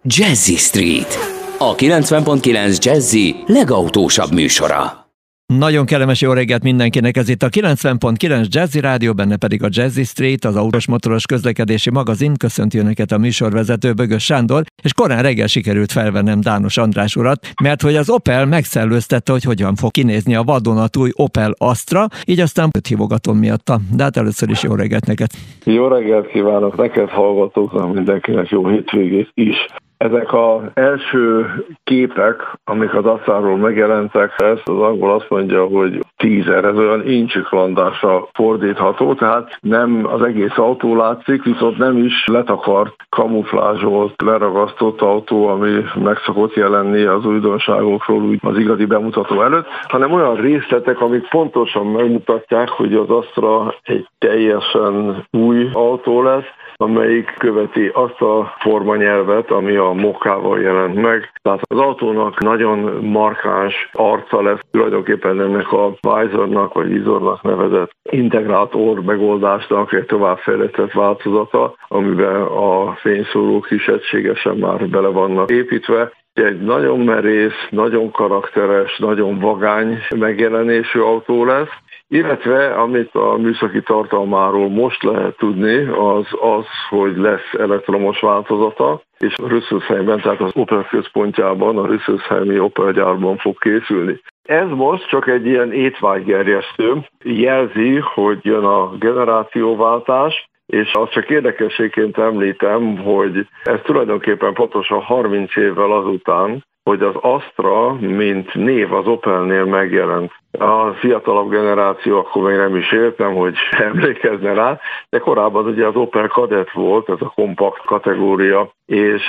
Jazzy Street, a 90.9 Jazzy legautósabb műsora. Nagyon kellemes jó reggelt mindenkinek, ez itt a 90.9 Jazzy Rádió, benne pedig a Jazzy Street, az autós motoros közlekedési magazin. Köszönti önöket a műsorvezető, Bögös Sándor, és korán reggel sikerült felvennem Dános András urat, mert hogy az Opel megszellőztette, hogy hogyan fog kinézni a vadonatúj Opel Astra, így aztán hívogatom miatta. De hát először is jó reggelt neked. Jó reggelt kívánok neked, hallgatóknak, mindenkinek jó hétvégét is. Ezek az első képek, amik az Aszáról megjelentek, ezt az angol azt mondja, hogy teaser, ez olyan incsiklandásra fordítható, tehát nem az egész autó látszik, viszont nem is letakart, kamuflázsolt, leragasztott autó, ami meg szokott jelenni az újdonságokról úgy az igazi bemutató előtt, hanem olyan részletek, amik pontosan megmutatják, hogy az Astra egy teljesen új autó lesz, amelyik követi azt a formanyelvet, ami a Mokkával jelent meg. Tehát az autónak nagyon markáns arca lesz, tulajdonképpen ennek a Vizornak vagy Vizornak nevezett integrált orr megoldásnak egy továbbfejlesztett változata, amiben a fényszórók is egységesen már bele vannak építve. Egy nagyon merész, nagyon karakteres, nagyon vagány megjelenésű autó lesz, illetve amit a műszaki tartalmáról most lehet tudni, az, hogy lesz elektromos változata, és Rüsszelsheimben, tehát az Opel központjában, a Rüsszelsheimi Opel gyárban fog készülni. Ez most csak egy ilyen étvágygerjesztő, jelzi, hogy jön a generációváltás, és azt csak érdekességként említem, hogy ez tulajdonképpen pontosan 30 évvel azután, hogy az Astra, mint név az Opelnél megjelent. A fiatalabb generáció akkor még nem is értem, hogy emlékezne rá, de korábban ugye az Opel Kadett volt, ez a kompakt kategória, és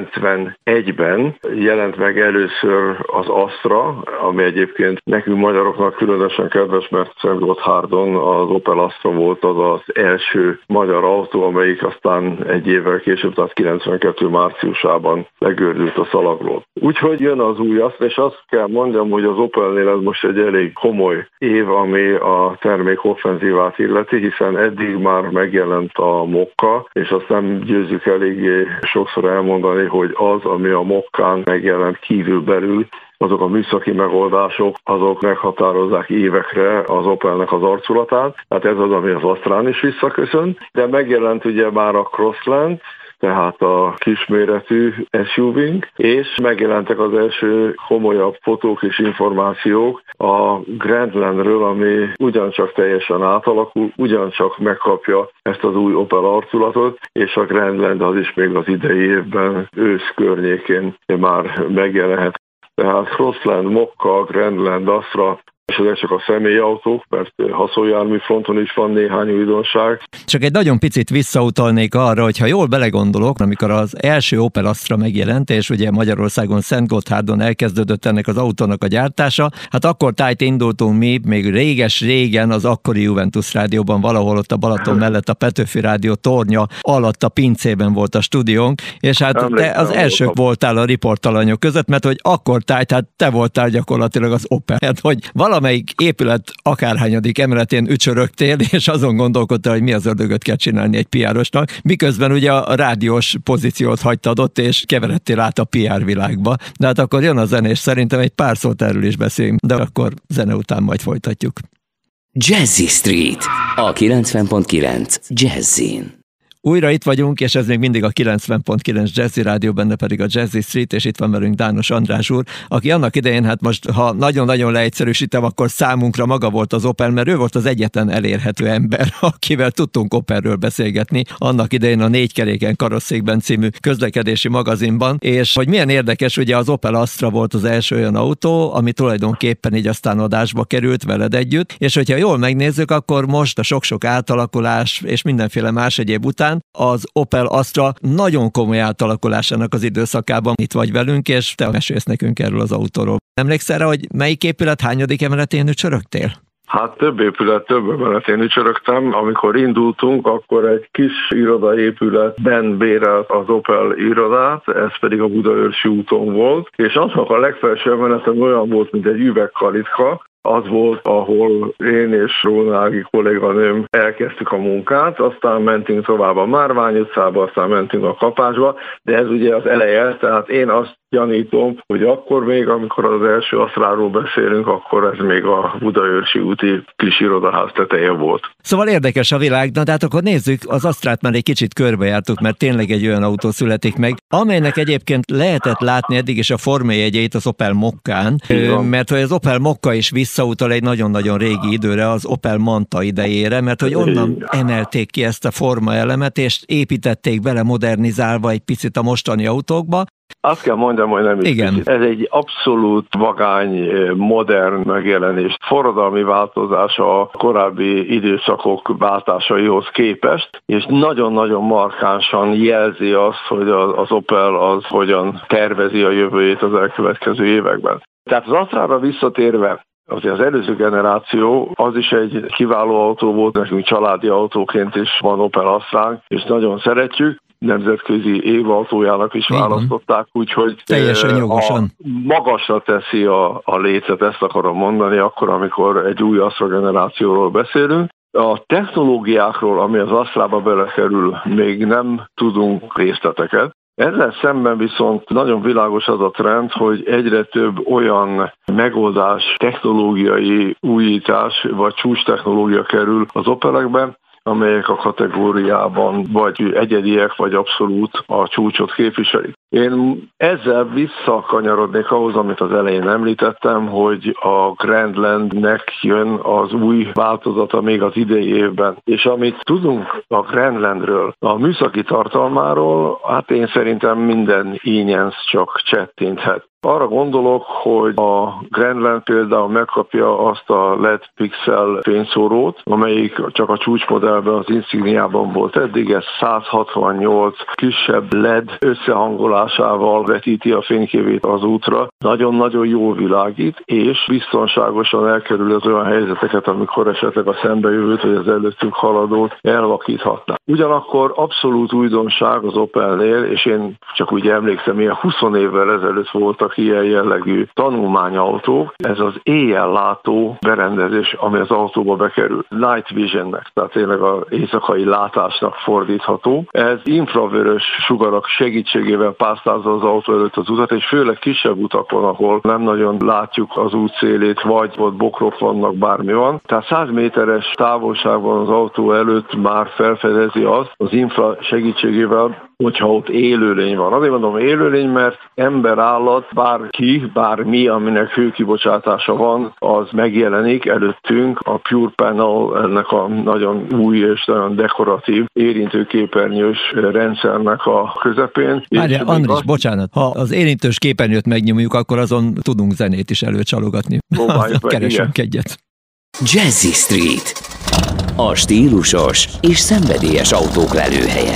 91-ben jelent meg először az Astra, ami egyébként nekünk magyaroknak különösen kedves, mert Szentgotthárdon az Opel Astra volt az első magyar autó, amelyik aztán egy évvel később, tehát 92 márciusában legördült a szalagról. Úgyhogy jön az új Astra, és azt kell mondjam, hogy az Opelnél ez most egy elég komoly év, ami a termék offenzívát illeti, hiszen eddig már megjelent a Mokka, és azt nem győzzük eléggé sokszor elmondani, hogy az, ami a Mokkán megjelent kívülbelül, azok a műszaki megoldások, azok meghatározzák évekre az Opelnek az arculatát, tehát ez az, ami az Astrán is visszaköszön, de megjelent ugye már a Crossland, tehát a kisméretű SUV-nk, és megjelentek az első komolyabb fotók és információk a Grandlandről, ami ugyancsak teljesen átalakul, ugyancsak megkapja ezt az új Opel arculatot, és a Grandland az is még az idei évben ősz környékén már megjelenhet. Tehát Crossland, Mokka, Grandland, Astra, és ezek csak a személyautók, mert haszonjármű fronton is van néhány újdonság. Csak egy nagyon picit visszautalnék arra, hogy ha jól belegondolok, amikor az első Opel Astra megjelent, és ugye Magyarországon Szentgotthárdon elkezdődött ennek az autónak a gyártása, hát akkor tájt indultunk mi, még réges-régen az akkori Juventus rádióban, valahol ott a Balaton mellett a Petőfi Rádió tornya alatt a pincében volt a stúdiónk, és hát te az elsők voltál a riportalanyok között, mert hogy akkor tájt, hát te voltál gyakorlatilag az Opel, hát, hogy valamelyik épület akárhányadik emeletén ücsörögtél, és azon gondolkodtál, hogy mi az ördögöt kell csinálni egy PR-osnak, miközben ugye a rádiós pozíciót hagytad ott, és keveredtél át a PR világba. De hát akkor jön a zene, és szerintem egy pár szót erről is beszélünk, de akkor zene után majd folytatjuk. Jazzy Street, a 90.9 Jazzin. Újra itt vagyunk, és ez még mindig a 90.9 Jazzy Rádió, benne pedig a Jazzy Street, és itt van velünk Dános András úr, aki annak idején, hát most, ha nagyon-nagyon leegyszerűsítem, akkor számunkra maga volt az Opel, mert ő volt az egyetlen elérhető ember, akivel tudtunk Opelről beszélgetni, annak idején a 4 keréken karosszékben című közlekedési magazinban, és hogy milyen érdekes, ugye az Opel Astra volt az első olyan autó, ami tulajdonképpen így aztán adásba került veled együtt, és hogyha jól megnézzük, akkor most a sok-sok átalakulás és mindenféle más egyéb után az Opel Astra nagyon komoly átalakulásának az időszakában itt vagy velünk, és te mesélsz nekünk erről az autóról. Emlékszel rá, hogy melyik épület hányadik emeletén ücsörögtél? Hát több emeletén ücsörögtem. Amikor indultunk, akkor egy kis irodaépületben bérelt az Opel irodát, ez pedig a Budaörsi úton volt, és aznak a legfelső emeleten olyan volt, mint egy üvegkalitka, Az volt, ahol én és Rónági kolléganőm elkezdtük a munkát, aztán mentünk tovább a Márvány utcába, aztán mentünk a Kapásba, de ez ugye az eleje, tehát én azt gyanítom, hogy akkor még, amikor az első asztráról beszélünk, akkor ez még a Budaörsi úti kis irodaház teteje volt. Szóval érdekes a világ, de hát akkor nézzük, az asztrát már egy kicsit körbejártuk, mert tényleg egy olyan autó születik meg, amelynek egyébként lehetett látni eddig is a formájegyeit az Opel Mokkán, mert hogy az Opel Mokka is visszautal egy nagyon-nagyon régi időre, az Opel Manta idejére, mert hogy onnan emelték ki ezt a formaelemet, és építették bele modernizálva egy picit a mostani autókba. Azt kell mondjam, hogy nem is. Ez egy abszolút vagány, modern megjelenés. Forradalmi változás a korábbi időszakok váltásaihoz képest, és nagyon-nagyon markánsan jelzi azt, hogy az Opel az hogyan tervezi a jövőjét az elkövetkező években. Tehát az Astrára visszatérve, az előző generáció, az is egy kiváló autó volt, nekünk családi autóként is van Opel Astránk, és nagyon szeretjük. Nemzetközi évautójának is választották, úgyhogy teljesen jogosan magasra teszi a lécet, ezt akarom mondani, akkor, amikor egy új Astra generációról beszélünk. A technológiákról, ami az Astrába belekerül, még nem tudunk részleteket. Ezzel szemben viszont nagyon világos az a trend, hogy egyre több olyan megoldás, technológiai újítás vagy csúcs technológia kerül az Opelekbe, amelyek a kategóriában vagy egyediek, vagy abszolút a csúcsot képviselik. Én ezzel visszakanyarodnék ahhoz, amit az elején említettem, hogy a Grandlandnek jön az új változata még az idei évben. És amit tudunk a Grandlandről, a műszaki tartalmáról, hát én szerintem minden ínyenc csak csettinthet. Arra gondolok, hogy a Grandland például megkapja azt a LED pixel fényszórót, amelyik csak a csúcsmodellben, az Insigniában volt eddig, ez 168 kisebb LED összehangolásával vetíti a fényképét az útra. Nagyon-nagyon jól világít, és biztonságosan elkerül az olyan helyzeteket, amikor esetleg a szembejövőt vagy az előttünk haladót elvakíthatná. Ugyanakkor abszolút újdonság az Opelnél, és én csak úgy emlékszem, ilyen 20 évvel ezelőtt voltak ilyen jellegű tanulmányautók, ez az éjjellátó berendezés, ami az autóba bekerül. Night Visionnek, tehát tényleg az éjszakai látásnak fordítható. Ez infravörös sugarak segítségével pásztázza az autó előtt az utat, és főleg kisebb utakon, ahol nem nagyon látjuk az út szélét, vagy ott bokrok vannak, bármi van. Tehát 100 méteres távolságban az autó előtt már felfedezi azt az infra segítségével, hogyha ott élőlény van. Azért mondom élőlény, mert ember, állat, bárki, bármi, aminek hőkibocsátása van, az megjelenik előttünk a Pure Panel, ennek a nagyon új és nagyon dekoratív érintőképernyős rendszernek a közepén. Várjál, Andris, bocsánat, ha az érintős képernyőt megnyomjuk, akkor azon tudunk zenét is előcsalogatni. Keresünk egyet. Jazzy Street, a stílusos és szenvedélyes autók lelőhelye.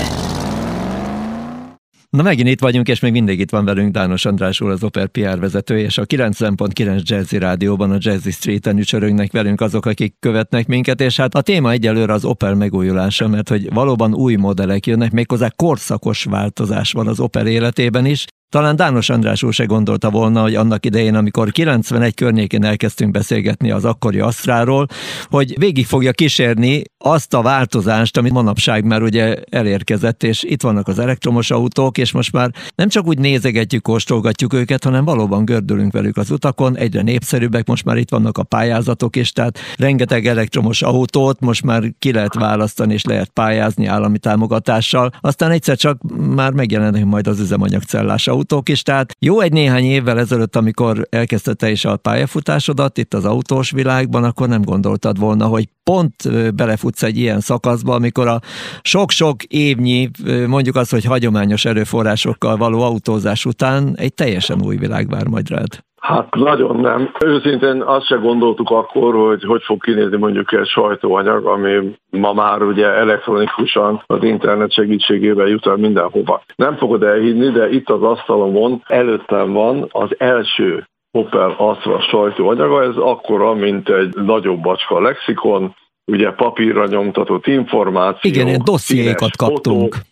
Na megint itt vagyunk, és még mindig itt van velünk Dános András úr, az Opel PR vezetője, és a 90.9 Jazzy Rádióban, a Jazzy Streeten ücsörögnek velünk azok, akik követnek minket, és hát a téma egyelőre az Opel megújulása, mert hogy valóban új modellek jönnek, méghozzá korszakos változás van az Opel életében is. Talán Dános András úr se gondolta volna, hogy annak idején, amikor 91 környékén elkezdtünk beszélgetni az akkori Astráról, hogy végig fogja kísérni azt a változást, amit manapság már ugye elérkezett, és itt vannak az elektromos autók, és most már nem csak úgy nézegetjük, kóstolgatjuk őket, hanem valóban gördülünk velük az utakon, egyre népszerűbbek, most már itt vannak a pályázatok is, tehát rengeteg elektromos autót most már ki lehet választani, és lehet pályázni állami támogatással, aztán egyszer csak már megjelennek majd az üzemanyagcellás autók is, tehát jó egy néhány évvel ezelőtt, amikor elkezdte is a pályafutásodat itt az autós világban, akkor nem gondoltad volna, hogy pont belefutsz egy ilyen szakaszba, amikor a sok-sok évnyi, mondjuk azt, hogy hagyományos erőforrásokkal való autózás után egy teljesen új világ vár majd rád. Hát nagyon nem. Őszintén azt se gondoltuk akkor, hogy fog kinézni mondjuk egy sajtóanyag, ami ma már ugye elektronikusan az internet segítségével jut el mindenhova. Nem fogod elhinni, de itt az asztalomon előttem van az első Opel Astra sajtóanyaga, ez akkora, mint egy nagyobb bacska lexikon, ugye papírra nyomtatott információ. Igen, ilyen dossziékat kaptunk.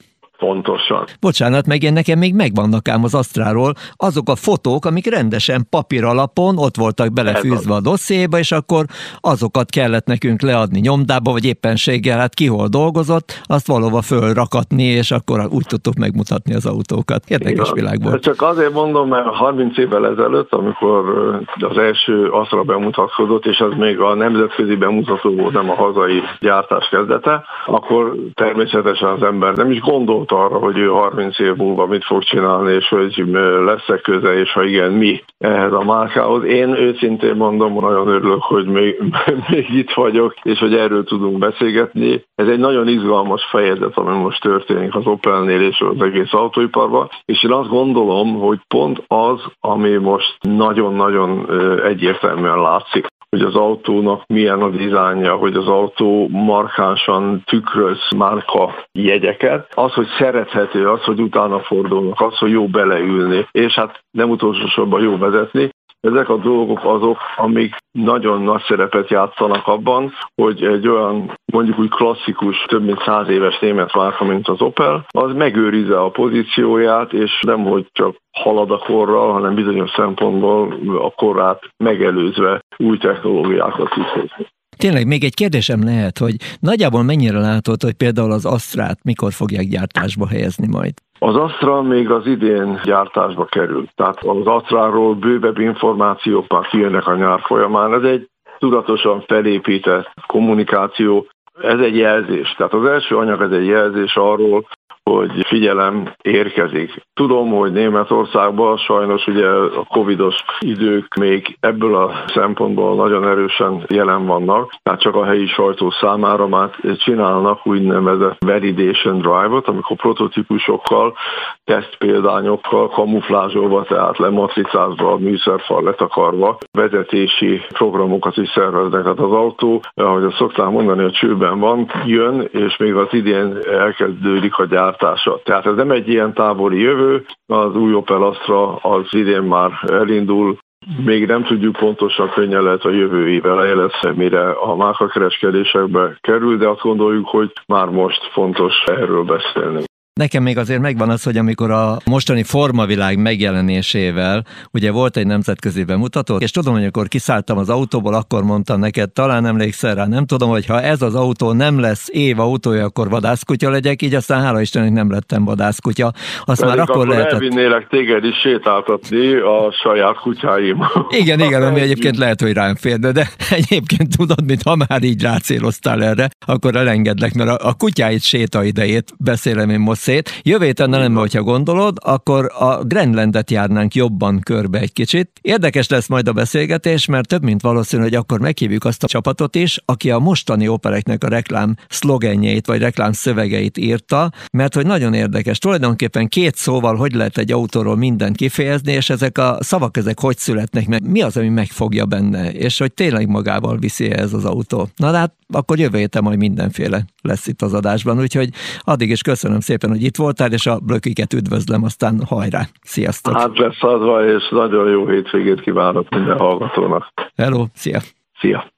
pontosan. Bocsánat, meg nekem még megvannak ám az Astralról azok a fotók, amik rendesen papír alapon ott voltak belefűzve a dossziéba, és akkor azokat kellett nekünk leadni nyomdába, vagy éppenséggel, hát ki hol dolgozott, azt valahova fölrakatni, és akkor úgy tudtuk megmutatni az autókat. Érdekes világból. Csak azért mondom, mert 30 évvel ezelőtt, amikor az első Astra bemutatkozott, és az még a nemzetközi bemutató volt, nem a hazai gyártás kezdete, akkor természetesen az ember nem is gondolt arra, hogy ő 30 év múlva mit fog csinálni, és hogy lesz-e köze, és ha igen, mi ehhez a márkához. Én őszintén mondom, nagyon örülök, hogy még itt vagyok, és hogy erről tudunk beszélgetni. Ez egy nagyon izgalmas fejezet, ami most történik az Opelnél és az egész autóiparban, és én azt gondolom, hogy pont az, ami most nagyon-nagyon egyértelműen látszik, hogy az autónak milyen a dizájnja, hogy az autó markánsan tükröz márka jegyeket, az, hogy szerethető, az, hogy utána fordulnak, az, hogy jó beleülni, és hát nem utolsó sorban jó vezetni. Ezek a dolgok azok, amik nagyon nagy szerepet játszanak abban, hogy egy olyan, mondjuk úgy klasszikus, több mint 100 éves német márka, mint az Opel, az megőrizze a pozícióját, és nem, hogy csak halad a korral, hanem bizonyos szempontból a korát megelőzve új technológiákat tud hozni. Tényleg még egy kérdésem lehet, hogy nagyjából mennyire látod, hogy például az Astrát mikor fogják gyártásba helyezni majd? Az Astra még az idén gyártásba kerül. Tehát az Astráról bővebb információk már kijönnek a nyár folyamán. Ez egy tudatosan felépített kommunikáció, ez egy jelzés. Tehát az első anyag ez egy jelzés arról, hogy figyelem, érkezik. Tudom, hogy Németországban sajnos ugye a covidos idők még ebből a szempontból nagyon erősen jelen vannak, tehát csak a helyi sajtó számára már csinálnak úgynevezett validation drive-ot, amikor prototípusokkal, tesztpéldányokkal, kamuflázsolva, tehát lematricázva, műszerfal letakarva, vezetési programokat is szerveznek. Tehát az autó, ahogy azt szokták mondani, a csőben van, jön, és még az idén elkezdődik a gyártása. Tehát ez nem egy ilyen távoli jövő, az új Opel Astra az idén már elindul, még nem tudjuk pontosan, könnyen lehet a jövő év eleje lesz, mire a márkakereskedésekbe kerül, de azt gondoljuk, hogy már most fontos erről beszélni. Nekem még azért megvan az, hogy amikor a mostani formavilág megjelenésével, ugye volt egy nemzetközi bemutató, és tudom, hogy akkor kiszálltam az autóból, akkor mondtam neked, talán emlékszel rá, nem tudom, hogy ha ez az autó nem lesz év autója, akkor vadászkutya legyek, így aztán hála Istennek nem lettem vadászkutya. Azt pedig már akkor lehetett... elvinnélek téged is sétáltatni a saját kutyáim. Igen, ami egyébként lehet, hogy rám férne, de egyébként tudod, mint ha már így rácéloztál erre, akkor elengedlek, mert a kutyáit séta idejét beszélem én most szét. Jövő héten nem, hogyha gondolod, akkor a Grandlandet járnánk jobban körbe egy kicsit. Érdekes lesz majd a beszélgetés, mert több mint valószínű, hogy akkor meghívjuk azt a csapatot is, aki a mostani Opeleknek a reklám szlogenjeit vagy reklám szövegeit írta, mert hogy nagyon érdekes. Tulajdonképpen 2 szóval hogy lehet egy autóról mindent kifejezni, és ezek a szavak ezek hogy születnek meg, mi az, ami megfogja benne, és hogy tényleg magával viszi ez az autó. Na de hát akkor jövő héten majd mindenféle lesz itt az adásban, úgyhogy addig is köszönöm szépen, hogy itt voltál, és a blökiket üdvözlöm, aztán hajrá! Sziasztok! Hát lesz adva, és nagyon jó hétvégét kívánok minden hallgatónak! Hello, szia! Szia!